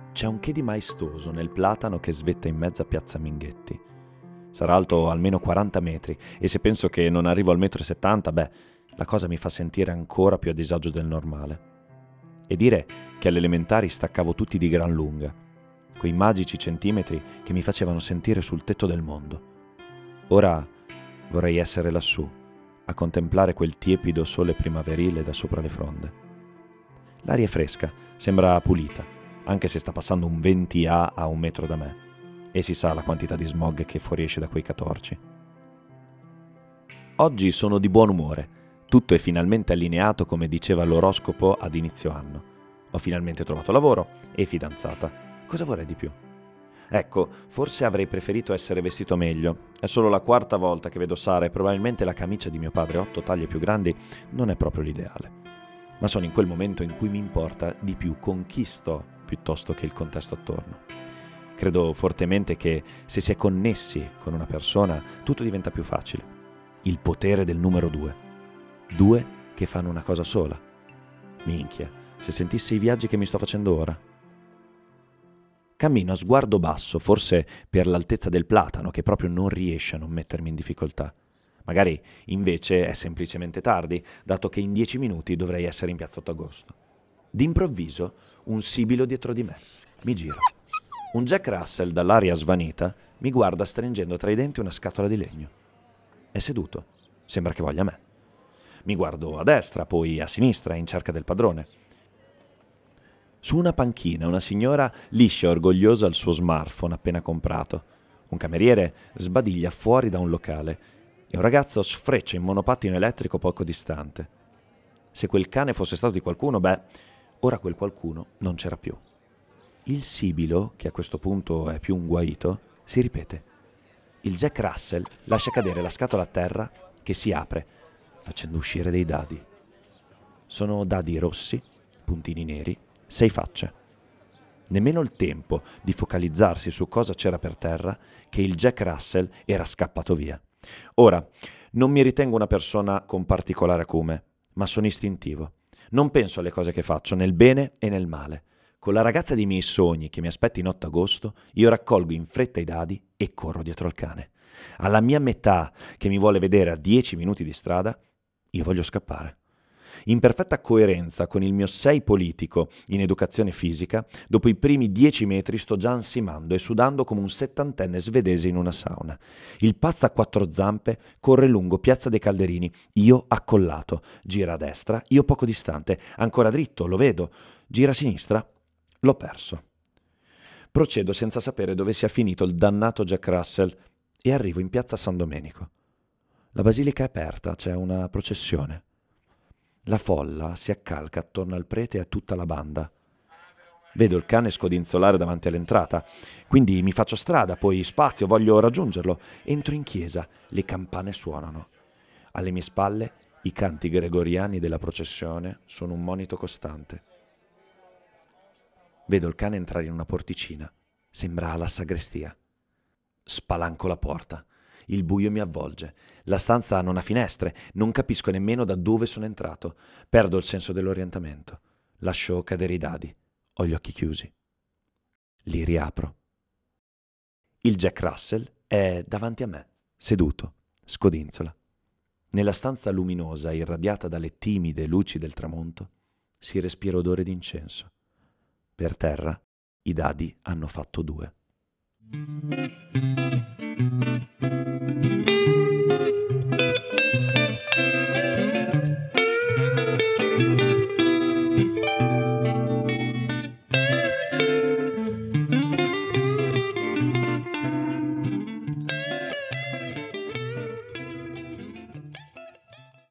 C'è un che di maestoso nel platano che svetta in mezzo a Piazza Minghetti. Sarà alto almeno 40 metri e se penso che non arrivo al 1,70 m, la cosa mi fa sentire ancora più a disagio del normale. E dire che alle elementari staccavo tutti di gran lunga, quei magici centimetri che mi facevano sentire sul tetto del mondo. Ora vorrei essere lassù, a contemplare quel tiepido sole primaverile da sopra le fronde. L'aria è fresca, sembra pulita, anche se sta passando un 20 a 1 metro da me, e si sa la quantità di smog che fuoriesce da quei catorci. Oggi sono di buon umore, tutto è finalmente allineato come diceva l'oroscopo ad inizio anno. Ho finalmente trovato lavoro e fidanzata. Cosa vorrei di più? Ecco, forse avrei preferito essere vestito meglio. È solo la quarta volta che vedo Sara e probabilmente la camicia di mio padre 8 taglie più grandi non è proprio l'ideale. Ma sono in quel momento in cui mi importa di più con chi sto piuttosto che il contesto attorno. Credo fortemente che se si è connessi con una persona tutto diventa più facile. Il potere del numero 2. 2 che fanno una cosa sola. Minchia, se sentissi i viaggi che mi sto facendo ora. Cammino a sguardo basso, forse per l'altezza del platano, che proprio non riesce a non mettermi in difficoltà. Magari invece è semplicemente tardi, dato che in 10 minuti dovrei essere in piazza 8 agosto. D'improvviso un sibilo dietro di me. Mi giro. Un Jack Russell dall'aria svanita mi guarda stringendo tra i denti una scatola di legno. È seduto. Sembra che voglia me. Mi guardo a destra, poi a sinistra, in cerca del padrone. Su una panchina una signora liscia orgogliosa il suo smartphone appena comprato. Un cameriere sbadiglia fuori da un locale e un ragazzo sfreccia in monopattino elettrico poco distante. Se quel cane fosse stato di qualcuno, ora quel qualcuno non c'era più. Il sibilo, che a questo punto è più un guaito, si ripete. Il Jack Russell lascia cadere la scatola a terra che si apre, facendo uscire dei dadi. Sono dadi rossi, puntini neri, 6 facce. Nemmeno il tempo di focalizzarsi su cosa c'era per terra che il Jack Russell era scappato via. Ora, non mi ritengo una persona con particolare acume, ma sono istintivo. Non penso alle cose che faccio, nel bene e nel male. Con la ragazza dei miei sogni che mi aspetta in 8 agosto, io raccolgo in fretta i dadi e corro dietro al cane. Alla mia metà, che mi vuole vedere a 10 minuti di strada, io voglio scappare. In perfetta coerenza con il mio 6 politico in educazione fisica, dopo i primi 10 metri sto già ansimando e sudando come un 70enne svedese in una sauna. Il pazzo a 4 zampe corre lungo Piazza dei Calderini, io accollato. Gira a destra, io poco distante. Ancora dritto, lo vedo. Gira a sinistra, l'ho perso. Procedo senza sapere dove sia finito il dannato Jack Russell e arrivo in Piazza San Domenico. La basilica è aperta, c'è una processione. La folla si accalca attorno al prete e a tutta la banda. Vedo il cane scodinzolare davanti all'entrata, quindi mi faccio strada, poi spazio, voglio raggiungerlo. Entro in chiesa, le campane suonano. Alle mie spalle i canti gregoriani della processione sono un monito costante. Vedo il cane entrare in una porticina, sembra la sagrestia. Spalanco la porta. Il buio mi avvolge. La stanza non ha finestre, non capisco nemmeno da dove sono entrato. Perdo il senso dell'orientamento. Lascio cadere i dadi. Ho gli occhi chiusi. Li riapro. Il Jack Russell è davanti a me, seduto, scodinzola. Nella stanza luminosa, irradiata dalle timide luci del tramonto, si respira odore d'incenso. Per terra, i dadi hanno fatto 2.